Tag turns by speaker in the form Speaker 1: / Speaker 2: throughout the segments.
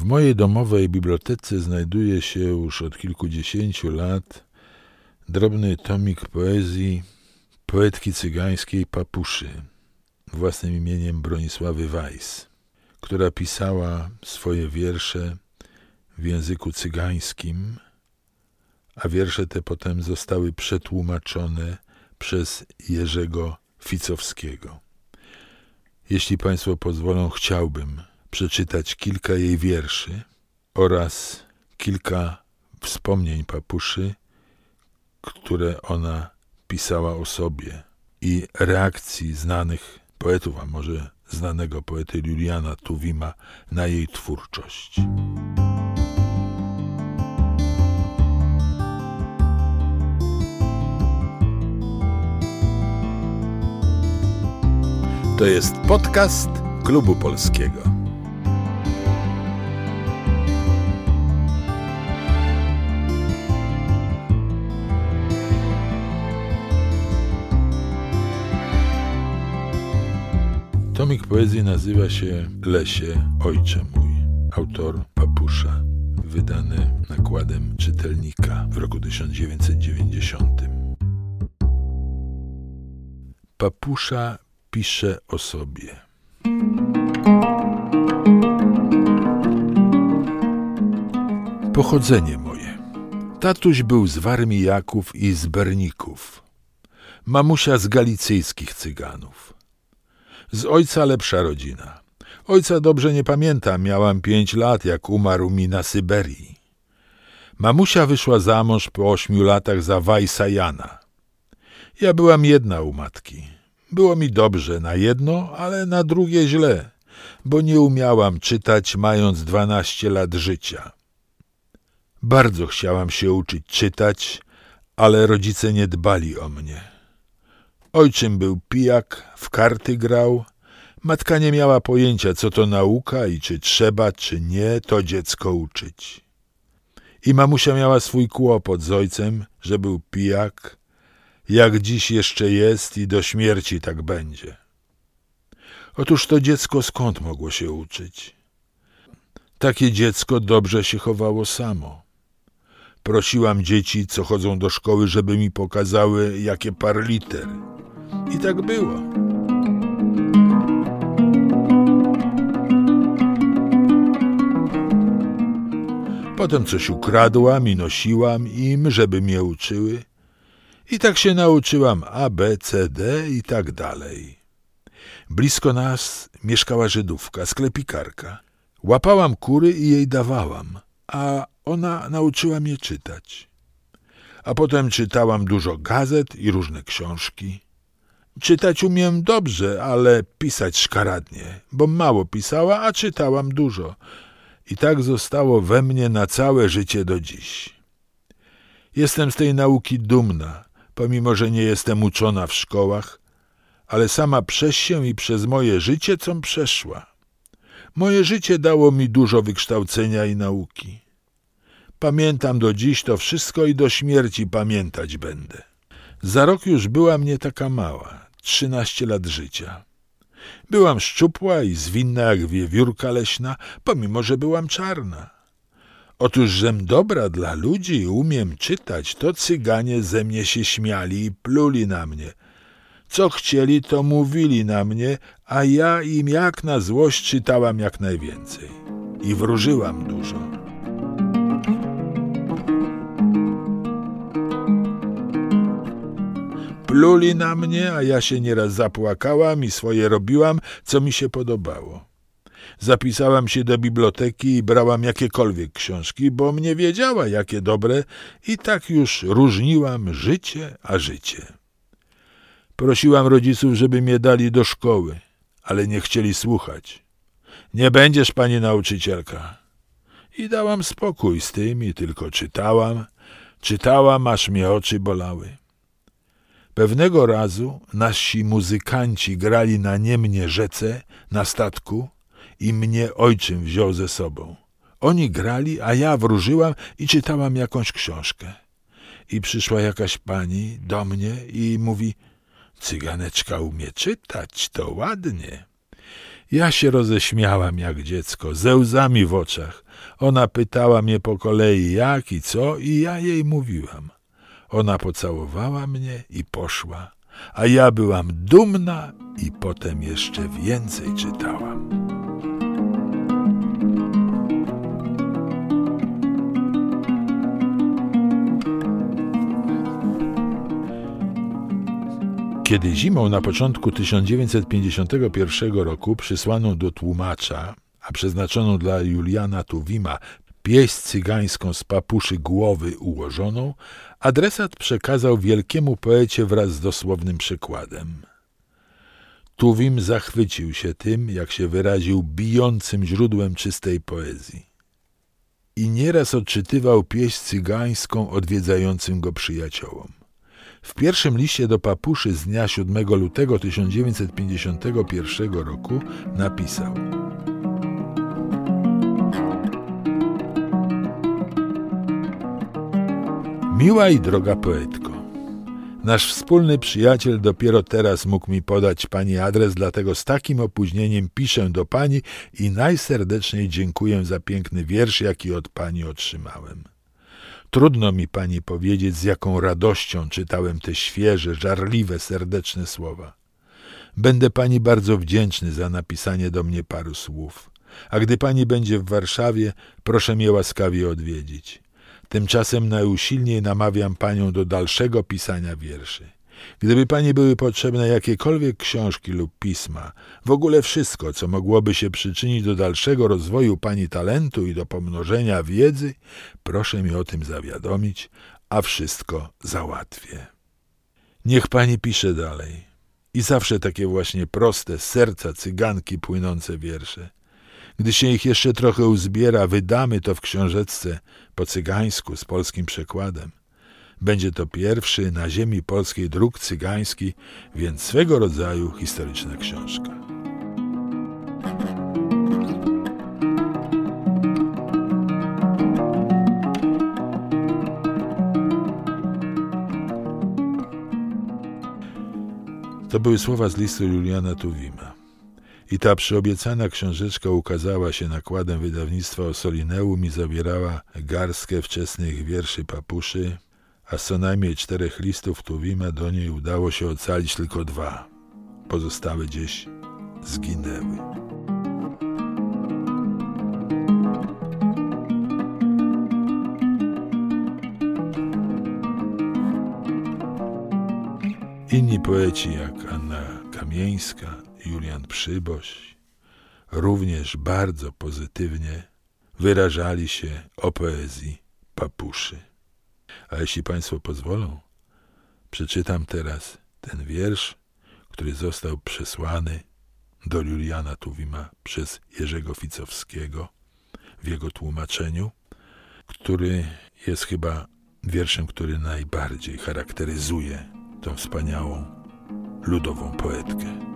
Speaker 1: W mojej domowej bibliotece znajduje się już od kilkudziesięciu lat drobny tomik poezji poetki cygańskiej Papuszy, własnym imieniem Bronisławy Weiss, która pisała swoje wiersze w języku cygańskim, a wiersze te potem zostały przetłumaczone przez Jerzego Ficowskiego. Jeśli Państwo pozwolą, chciałbym przeczytać kilka jej wierszy oraz kilka wspomnień Papuszy, które ona pisała o sobie i reakcji znanych poetów, a może znanego poety Juliana Tuwima na jej twórczość. To jest podcast Klubu Polskiego. Tomik poezji nazywa się Lesie, ojcze mój. Autor Papusza, wydany nakładem Czytelnika w roku 1990. Papusza pisze o sobie. Pochodzenie moje. Tatuś był z Warmijaków i z Berników. Mamusia z galicyjskich Cyganów. Z ojca lepsza rodzina. Ojca dobrze nie pamiętam, miałam 5 lat, jak umarł mi na Syberii. Mamusia wyszła za mąż po 8 latach za Weissa Jana. Ja byłam jedna u matki. Było mi dobrze na jedno, ale na drugie źle, bo nie umiałam czytać, mając 12 lat życia. Bardzo chciałam się uczyć czytać, ale rodzice nie dbali o mnie. Ojczym był pijak, w karty grał, matka nie miała pojęcia, co to nauka i czy trzeba, czy nie to dziecko uczyć. I mamusia miała swój kłopot z ojcem, że był pijak, jak dziś jeszcze jest i do śmierci tak będzie. Otóż to dziecko skąd mogło się uczyć? Takie dziecko dobrze się chowało samo. Prosiłam dzieci, co chodzą do szkoły, żeby mi pokazały, jakie par liter. I tak było. Potem coś ukradłam i nosiłam im, żeby mnie uczyły. I tak się nauczyłam A, B, C, D i tak dalej. Blisko nas mieszkała Żydówka, sklepikarka. Łapałam kury i jej dawałam, a ona nauczyła mnie czytać. A potem czytałam dużo gazet i różne książki. Czytać umiem dobrze, ale pisać szkaradnie, bo mało pisała, a czytałam dużo. I tak zostało we mnie na całe życie do dziś. Jestem z tej nauki dumna, pomimo że nie jestem uczona w szkołach, ale sama przez się i przez moje życie, com przeszła. Moje życie dało mi dużo wykształcenia i nauki. Pamiętam do dziś to wszystko i do śmierci pamiętać będę. Za rok już była mnie taka mała, 13 lat życia. Byłam szczupła i zwinna jak wiewiórka leśna, pomimo że byłam czarna. Otóż, żem dobra dla ludzi i umiem czytać, to Cyganie ze mnie się śmiali i pluli na mnie. Co chcieli, to mówili na mnie, a ja im jak na złość czytałam jak najwięcej. I wróżyłam dużo. Pluli na mnie, a ja się nieraz zapłakałam i swoje robiłam, co mi się podobało. Zapisałam się do biblioteki i brałam jakiekolwiek książki, bo mnie wiedziała, jakie dobre, i tak już różniłam życie a życie. Prosiłam rodziców, żeby mnie dali do szkoły, ale nie chcieli słuchać. Nie będziesz, pani nauczycielka. I dałam spokój z tym i tylko czytałam, aż mnie oczy bolały. Pewnego razu nasi muzykanci grali na Niemnie rzece, na statku, i mnie ojczym wziął ze sobą. Oni grali, a ja wróżyłam i czytałam jakąś książkę. I przyszła jakaś pani do mnie i mówi: Cyganeczka umie czytać, to ładnie. Ja się roześmiałam jak dziecko, ze łzami w oczach. Ona pytała mnie po kolei jak i co i ja jej mówiłam. Ona pocałowała mnie i poszła, a ja byłam dumna i potem jeszcze więcej czytałam. Kiedy zimą na początku 1951 roku przysłaną do tłumacza, a przeznaczoną dla Juliana Tuwima pieśń cygańską z Papuszy Głowy ułożoną, adresat przekazał wielkiemu poecie wraz z dosłownym przykładem. Tuwim zachwycił się tym, jak się wyraził, bijącym źródłem czystej poezji. I nieraz odczytywał pieśń cygańską odwiedzającym go przyjaciołom. W pierwszym liście do Papuszy z dnia 7 lutego 1951 roku napisał: Miła i droga poetko, nasz wspólny przyjaciel dopiero teraz mógł mi podać pani adres, dlatego z takim opóźnieniem piszę do pani i najserdeczniej dziękuję za piękny wiersz, jaki od pani otrzymałem. Trudno mi pani powiedzieć, z jaką radością czytałem te świeże, żarliwe, serdeczne słowa. Będę pani bardzo wdzięczny za napisanie do mnie paru słów, a gdy pani będzie w Warszawie, proszę mnie łaskawie odwiedzić. Tymczasem najusilniej namawiam panią do dalszego pisania wierszy. Gdyby pani były potrzebne jakiekolwiek książki lub pisma, w ogóle wszystko, co mogłoby się przyczynić do dalszego rozwoju pani talentu i do pomnożenia wiedzy, proszę mnie o tym zawiadomić, a wszystko załatwię. Niech pani pisze dalej. I zawsze takie właśnie proste, z serca cyganki płynące wiersze. Gdy się ich jeszcze trochę uzbiera, wydamy to w książeczce po cygańsku z polskim przekładem. Będzie to pierwszy na ziemi polskiej druk cygański, więc swego rodzaju historyczna książka. To były słowa z listu Juliana Tuwima. I ta przyobiecana książeczka ukazała się nakładem wydawnictwa Ossolineum i zawierała garstkę wczesnych wierszy Papuszy, a z co najmniej 4 listów Tuwima do niej udało się ocalić tylko 2. Pozostałe gdzieś zginęły. Inni poeci jak Anna Kamieńska, Julian Przyboś również bardzo pozytywnie wyrażali się o poezji Papuszy. A jeśli państwo pozwolą, przeczytam teraz ten wiersz, który został przesłany do Juliana Tuwima przez Jerzego Ficowskiego w jego tłumaczeniu, który jest chyba wierszem, który najbardziej charakteryzuje tą wspaniałą ludową poetkę.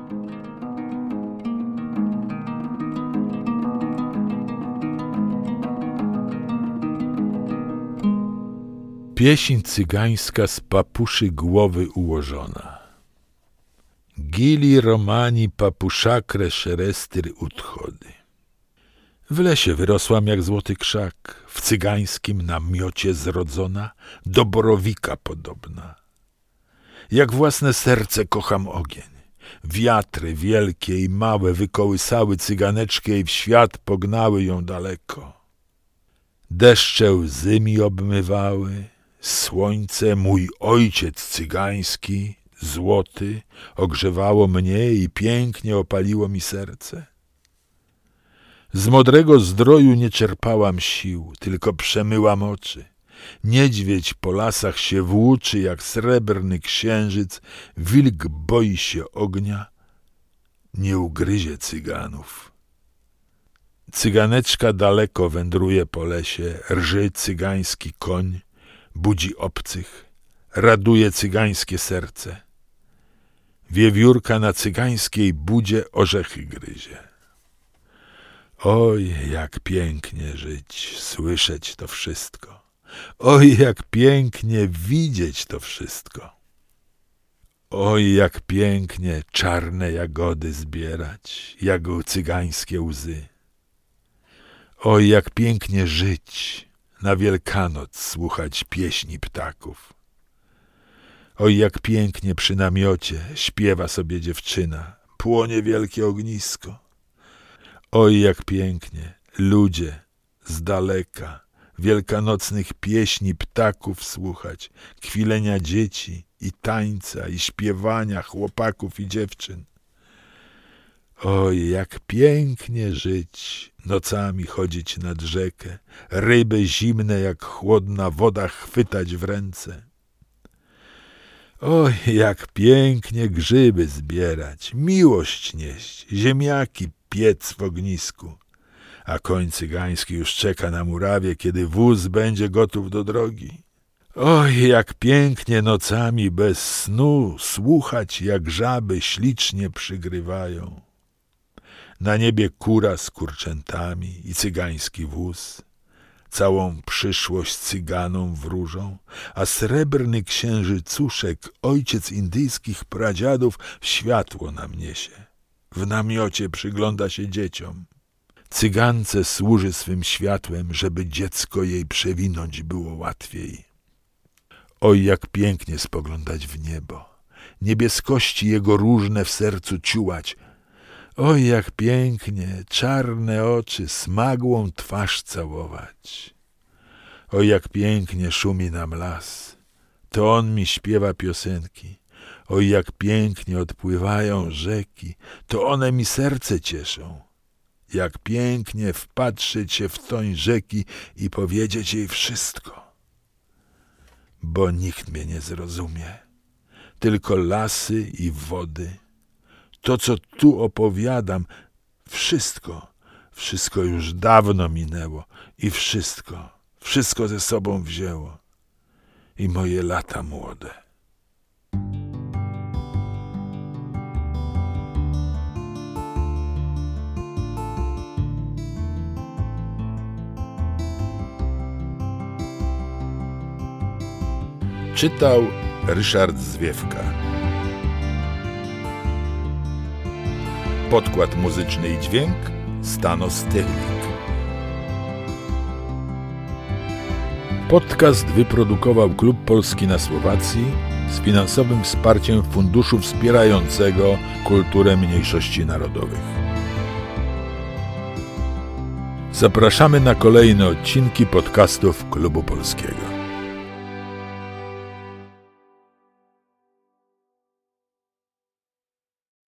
Speaker 1: Pieśń cygańska z Papuszy Głowy ułożona. Gili romani papuszakre szerestyr udchody. W lesie wyrosłam jak złoty krzak, w cygańskim namiocie zrodzona, do borowika podobna. Jak własne serce kocham ogień. Wiatry wielkie i małe wykołysały cyganeczkę i w świat pognały ją daleko. Deszcze łzy mi obmywały, słońce, mój ojciec cygański, złoty, ogrzewało mnie i pięknie opaliło mi serce. Z modrego zdroju nie czerpałam sił, tylko przemyłam oczy. Niedźwiedź po lasach się włóczy jak srebrny księżyc, wilk boi się ognia, nie ugryzie cyganów. Cyganeczka daleko wędruje po lesie, rży cygański koń, budzi obcych, raduje cygańskie serce. Wiewiórka na cygańskiej budzie orzechy gryzie. Oj, jak pięknie żyć, słyszeć to wszystko. Oj, jak pięknie widzieć to wszystko. Oj, jak pięknie czarne jagody zbierać, jak cygańskie łzy. Oj, jak pięknie żyć, na Wielkanoc słuchać pieśni ptaków. Oj, jak pięknie przy namiocie śpiewa sobie dziewczyna, płonie wielkie ognisko. Oj, jak pięknie ludzie z daleka wielkanocnych pieśni ptaków słuchać, kwilenia dzieci i tańca i śpiewania chłopaków i dziewczyn. Oj, jak pięknie żyć, nocami chodzić nad rzekę, ryby zimne jak chłodna woda chwytać w ręce. Oj, jak pięknie grzyby zbierać, miłość nieść, ziemniaki piec w ognisku, a koń cygański już czeka na murawie, kiedy wóz będzie gotów do drogi. Oj, jak pięknie nocami bez snu słuchać, jak żaby ślicznie przygrywają. Na niebie kura z kurczętami i cygański wóz, całą przyszłość cyganom wróżą, a srebrny księżycuszek, ojciec indyjskich pradziadów, światło nam niesie. W namiocie przygląda się dzieciom. Cygance służy swym światłem, żeby dziecko jej przewinąć było łatwiej. Oj, jak pięknie spoglądać w niebo, niebieskości jego różne w sercu ciułać. Oj, jak pięknie czarne oczy smagłą twarz całować. Oj, jak pięknie szumi nam las, to on mi śpiewa piosenki. Oj, jak pięknie odpływają rzeki, to one mi serce cieszą. Jak pięknie wpatrzyć się w toń rzeki i powiedzieć jej wszystko. Bo nikt mnie nie zrozumie, tylko lasy i wody. To, co tu opowiadam, wszystko już dawno minęło i wszystko ze sobą wzięło. I moje lata młode. Czytał Ryszard Zwiewka. Podkład muzyczny i dźwięk Stanos Technik. Podcast wyprodukował Klub Polski na Słowacji z finansowym wsparciem Funduszu Wspierającego Kulturę Mniejszości Narodowych. Zapraszamy na kolejne odcinki podcastów Klubu Polskiego.